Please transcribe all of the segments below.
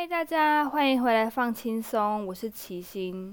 大家欢迎回来放轻松，我是齐心。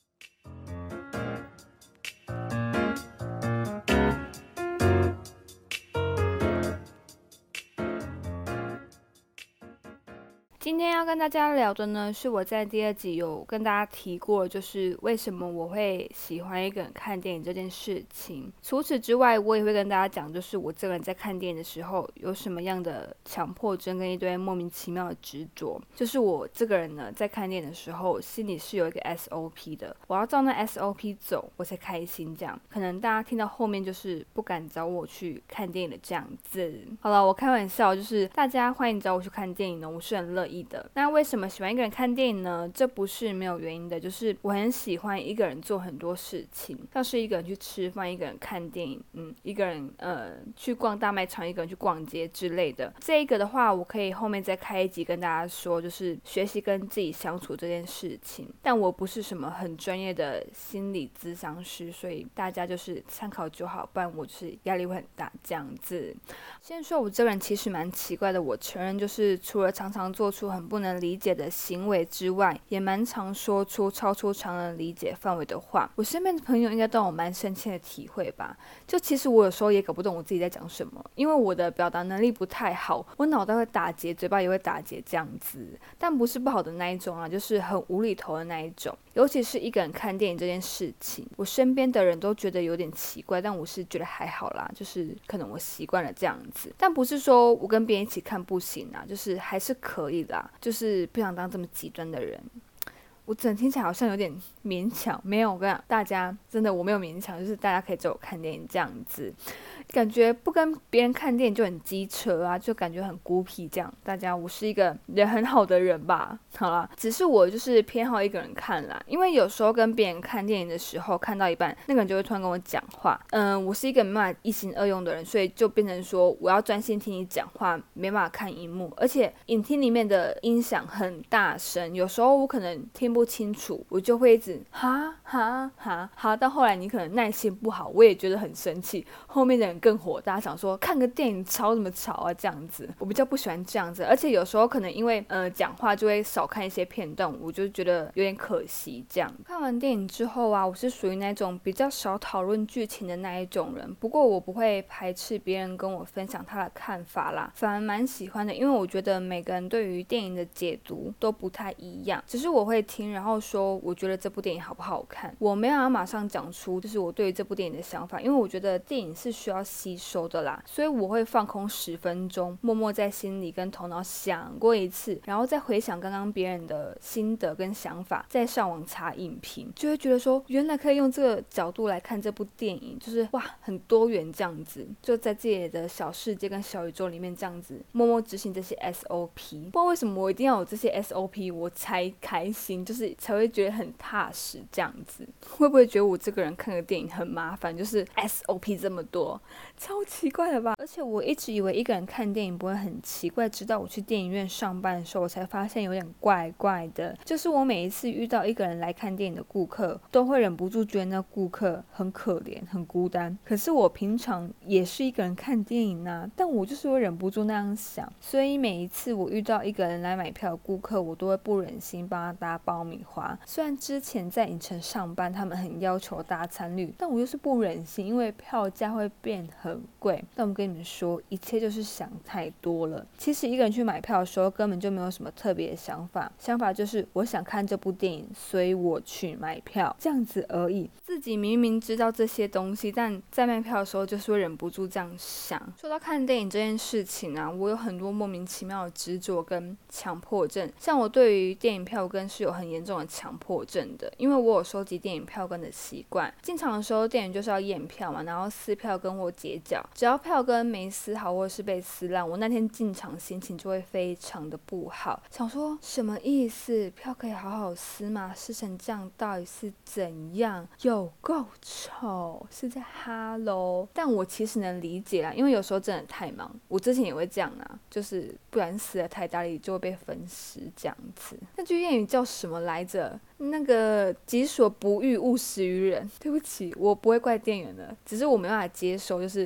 今天要跟大家聊的呢，是我在第2集有跟大家提过，就是为什么我会喜欢一个人看电影这件事情。除此之外，我也会跟大家讲，就是我这个人在看电影的时候有什么样的强迫症跟一堆莫名其妙的执着。就是我这个人呢，在看电影的时候，心里是有一个 SOP 的，我要照那 SOP 走，我才开心。这样，可能大家听到后面就是不敢找我去看电影的这样子。好了，我开玩笑，就是大家欢迎找我去看电影呢，我是很乐意的。那为什么喜欢一个人看电影呢？这不是没有原因的，就是我很喜欢一个人做很多事情，像是一个人去吃饭，一个人看电影，一个人去逛大卖场，一个人去逛街之类的。这个的话，我可以后面再开一集跟大家说，就是学习跟自己相处这件事情。但我不是什么很专业的心理咨商师，所以大家就是参考就好，不然我就是压力会很大这样子。先说我这个人其实蛮奇怪的，我承认就是除了常常做出很不能理解的行为之外，也蛮常说出超出常人理解范围的话。我身边的朋友应该都有蛮深切的体会吧。就其实我有时候也搞不懂我自己在讲什么，因为我的表达能力不太好，我脑袋会打结，嘴巴也会打结这样子，但不是不好的那一种啊，就是很无厘头的那一种。尤其是一个人看电影这件事情，我身边的人都觉得有点奇怪，但我是觉得还好啦，就是可能我习惯了这样子。但不是说我跟别人一起看不行啊，就是还是可以啦，就是不想当这么极端的人。我整听起来好像有点勉强，没有，我跟你讲，大家真的我没有勉强，就是大家可以找我看电影这样子，感觉不跟别人看电影就很机车啊，就感觉很孤僻这样。大家，我是一个人很好的人吧，好啦，只是我就是偏好一个人看啦，因为有时候跟别人看电影的时候，看到一半，那个人就会突然跟我讲话，我是一个没办法一心二用的人，所以就变成说我要专心听你讲话，没办法看荧幕，而且影厅里面的音响很大声，有时候我可能听不清楚，我就会一直哈哈哈哈，到后来你可能耐心不好，我也觉得很生气，后面的人更火大，想说看个电影吵什么吵啊这样子，我比较不喜欢这样子，而且有时候可能因为讲话就会少看一些片段，我就觉得有点可惜这样。看完电影之后啊，我是属于那种比较少讨论剧情的那一种人，不过我不会排斥别人跟我分享他的看法啦，反而蛮喜欢的，因为我觉得每个人对于电影的解读都不太一样，只是我会听，然后说我觉得这部电影好不好看，我没有要马上讲出就是我对于这部电影的想法，因为我觉得电影是需要吸收的啦，所以我会放空10分钟，默默在心里跟头脑想过一次，然后再回想刚刚别人的心得跟想法，再上网查影评，就会觉得说原来可以用这个角度来看这部电影，就是哇很多元这样子，就在自己的小世界跟小宇宙里面这样子默默执行这些 SOP。 不知道为什么我一定要有这些 SOP 我才开心，就是才会觉得很踏实这样子。会不会觉得我这个人看个电影很麻烦，就是 SOP 这么多，超奇怪的吧？而且我一直以为一个人看电影不会很奇怪，直到我去电影院上班的时候，我才发现有点怪怪的。就是我每一次遇到一个人来看电影的顾客，都会忍不住觉得那顾客很可怜很孤单，可是我平常也是一个人看电影啊，但我就是会忍不住那样想，所以每一次我遇到一个人来买票的顾客，我都会不忍心帮他搭爆米花。虽然之前在影城上班他们很要求搭餐率，但我就是不忍心，因为票价会变很贵。但我跟你们说，一切就是想太多了。其实一个人去买票的时候根本就没有什么特别的想法就是我想看这部电影，所以我去买票，这样子而已。自己明明知道这些东西，但在卖票的时候就是会忍不住这样想。说到看电影这件事情啊，我有很多莫名其妙的执着跟强迫症。像我对于电影票根是有很严重的强迫症的，因为我有收集电影票根的习惯。进场的时候电影就是要验票嘛，然后撕票跟或截角，只要票根没撕好或者是被撕烂，我那天进场心情就会非常的不好，想说什么意思？票可以好好撕吗？撕成这样到底是怎样？有够丑，是在哈喽。但我其实能理解啦，因为有时候真的太忙，我之前也会这样啊，就是不然撕得太大力就会被分尸这样子。那句谚语叫什么来着？那个己所不欲，勿施于人。对不起，我不会怪店员的，只是我没办法接受，就是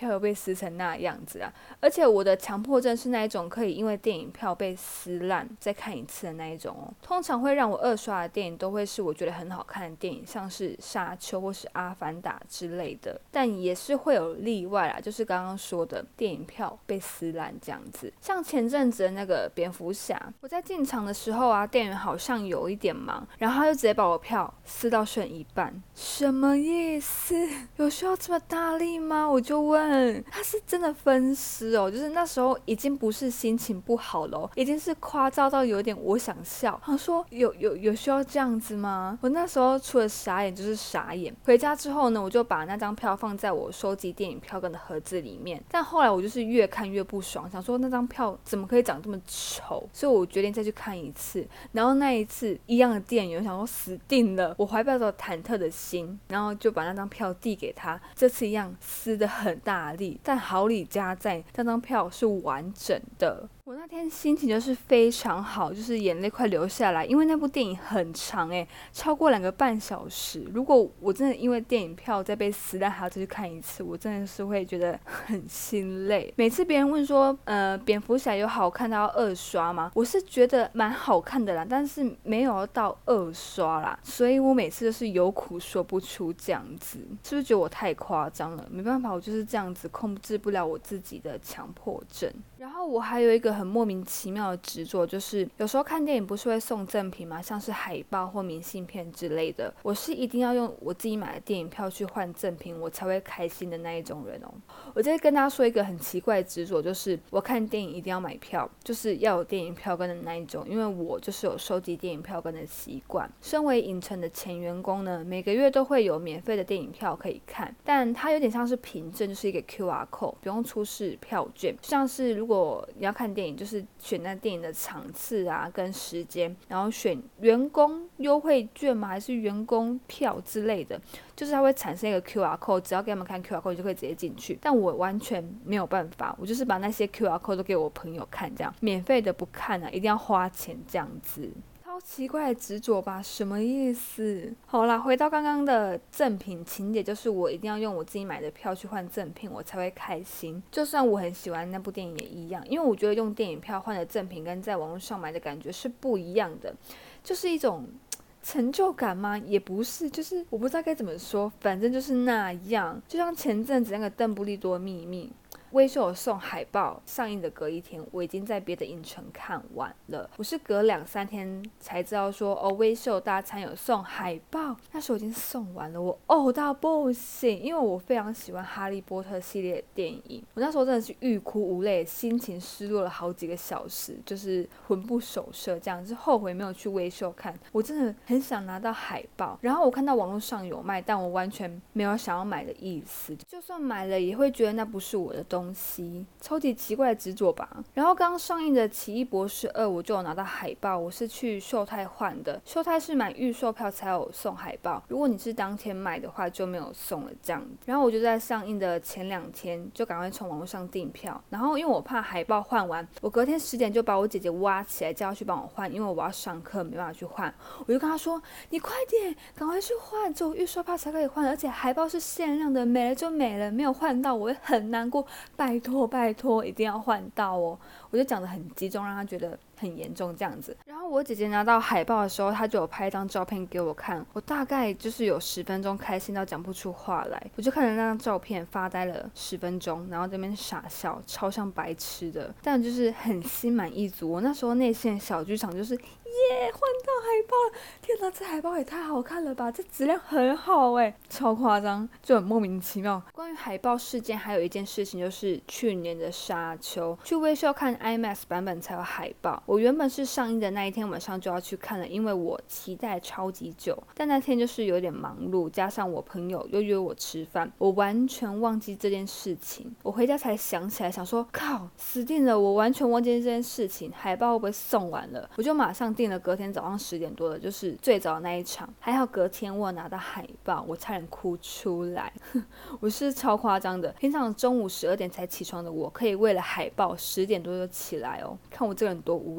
票又被撕成那样子啊。而且我的强迫症是那一种可以因为电影票被撕烂再看一次的那一种哦。通常会让我二刷的电影都会是我觉得很好看的电影，像是沙丘或是阿凡达之类的，但也是会有例外啦，就是刚刚说的电影票被撕烂这样子。像前阵子的那个蝙蝠侠，我在进场的时候啊，店员好像有一点忙，然后他就直接把我票撕到剩一半，什么意思？有需要这么大力吗？我就问，他是真的分尸哦，就是那时候已经不是心情不好了已经是夸张到有点我想笑。他说有需要这样子吗？我那时候除了傻眼就是傻眼。回家之后呢，我就把那张票放在我收集电影票根的盒子里面，但后来我就是越看越不爽，想说那张票怎么可以长这么丑，所以我决定再去看一次。然后那一次一样的店员，想说死定了，我怀抱着忐忑的心，然后就把那张票递给他。这次一样撕得很大力，但好礼加在，那张票是完整的。我那天心情就是非常好，就是眼泪快流下来，因为那部电影很长超过2个半小时。如果我真的因为电影票再被撕烂还要再去看一次，我真的是会觉得很心累。每次别人问说蝙蝠侠有好看到要二刷吗？我是觉得蛮好看的啦，但是没有到二刷啦，所以我每次就是有苦说不出这样子。是不是觉得我太夸张了？没办法，我就是这样子控制不了我自己的强迫症。然后我还有一个很莫名其妙的执着，就是有时候看电影不是会送赠品吗？像是海报或明信片之类的，我是一定要用我自己买的电影票去换赠品，我才会开心的那一种人哦。我再跟大家说一个很奇怪的执着，就是我看电影一定要买票，就是要有电影票根的那一种，因为我就是有收集电影票根的习惯。身为影城的前员工呢，每个月都会有免费的电影票可以看，但它有点像是凭证，就是一个 QR code， 不用出示票券。像是如果你要看电影，就是选那电影的场次啊跟时间，然后选员工优惠券吗？还是员工票之类的，就是它会产生一个 QR code， 只要给他们看 QR code 就可以直接进去。但我完全没有办法，我就是把那些 QR code 都给我朋友看，这样免费的不看啊，一定要花钱这样子。超奇怪的执着吧，什么意思？好啦，回到刚刚的赠品情节，就是我一定要用我自己买的票去换赠品，我才会开心。就算我很喜欢那部电影也一样，因为我觉得用电影票换的赠品跟在网络上买的感觉是不一样的，就是一种成就感吗？也不是，就是我不知道该怎么说，反正就是那样。就像前阵子那个邓布利多秘密，威秀有送海报，上映的隔一天，我已经在别的影城看完了。我是隔2-3天才知道说，威秀大餐有送海报，那时候已经送完了，我到不行，因为我非常喜欢哈利波特系列的电影，我那时候真的是欲哭无泪，心情失落了好几个小时，就是魂不守舍这样，就后悔没有去威秀看。我真的很想拿到海报，然后我看到网络上有卖，但我完全没有想要买的意思，就算买了也会觉得那不是我的东西，超级奇怪的执着吧。然后刚上映的《奇异博士2》，我就有拿到海报，我是去秀泰换的，秀泰是买预售票才有送海报，如果你是当天买的话就没有送了这样。然后我就在上映的前2天就赶快从网络上订票，然后因为我怕海报换完，我隔天10点就把我姐姐挖起来叫她去帮我换，因为我要上课没办法去换，我就跟她说你快点赶快去换，只有预售票才可以换，而且海报是限量的，没了就没了，没有换到我会很难过，拜托拜托一定要换到哦。我就讲得很激动，让她觉得很严重这样子。然后我姐姐拿到海报的时候，她就有拍一张照片给我看，我大概就是有10分钟开心到讲不出话来，我就看着那张照片发呆了10分钟，然后在那边傻笑，超像白痴的，但就是很心满意足。我那时候内心的小剧场就是耶，换到海报了！天哪，这海报也太好看了吧！这质量很好超夸张，就很莫名其妙。关于海报事件，还有一件事情就是去年的沙丘，去威秀看 IMAX 版本才有海报。我原本是上映的那一天晚上就要去看了，因为我期待超级久，但那天就是有点忙碌，加上我朋友又约我吃饭，我完全忘记这件事情。我回家才想起来，想说靠，死定了！我完全忘记这件事情，海报会不会送完了？我就马上订了隔天早上10点多的，就是最早的那一场。还好隔天我有拿到海报，我差点哭出来。我是超夸张的，平常中午12点才起床的我，可以为了海报10点多就起来哦。看我这个人多无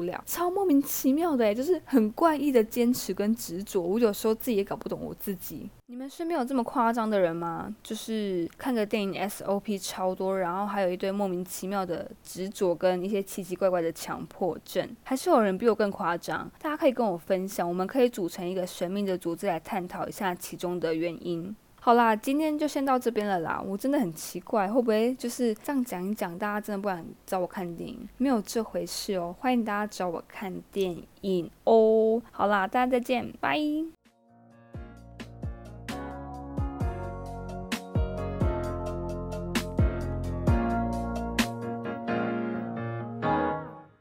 无聊，超莫名其妙的就是很怪异的坚持跟执着，我有时候自己也搞不懂我自己。你们身边有这么夸张的人吗？就是看个电影 SOP 超多，然后还有一堆莫名其妙的执着跟一些奇奇怪怪的强迫症，还是有人比我更夸张？大家可以跟我分享，我们可以组成一个神秘的组织来探讨一下其中的原因。好啦，今天就先到这边了啦。我真的很奇怪，会不会就是这样讲一讲，大家真的不想找我看电影？没有这回事哦，欢迎大家找我看电影哦。好啦，大家再见，拜。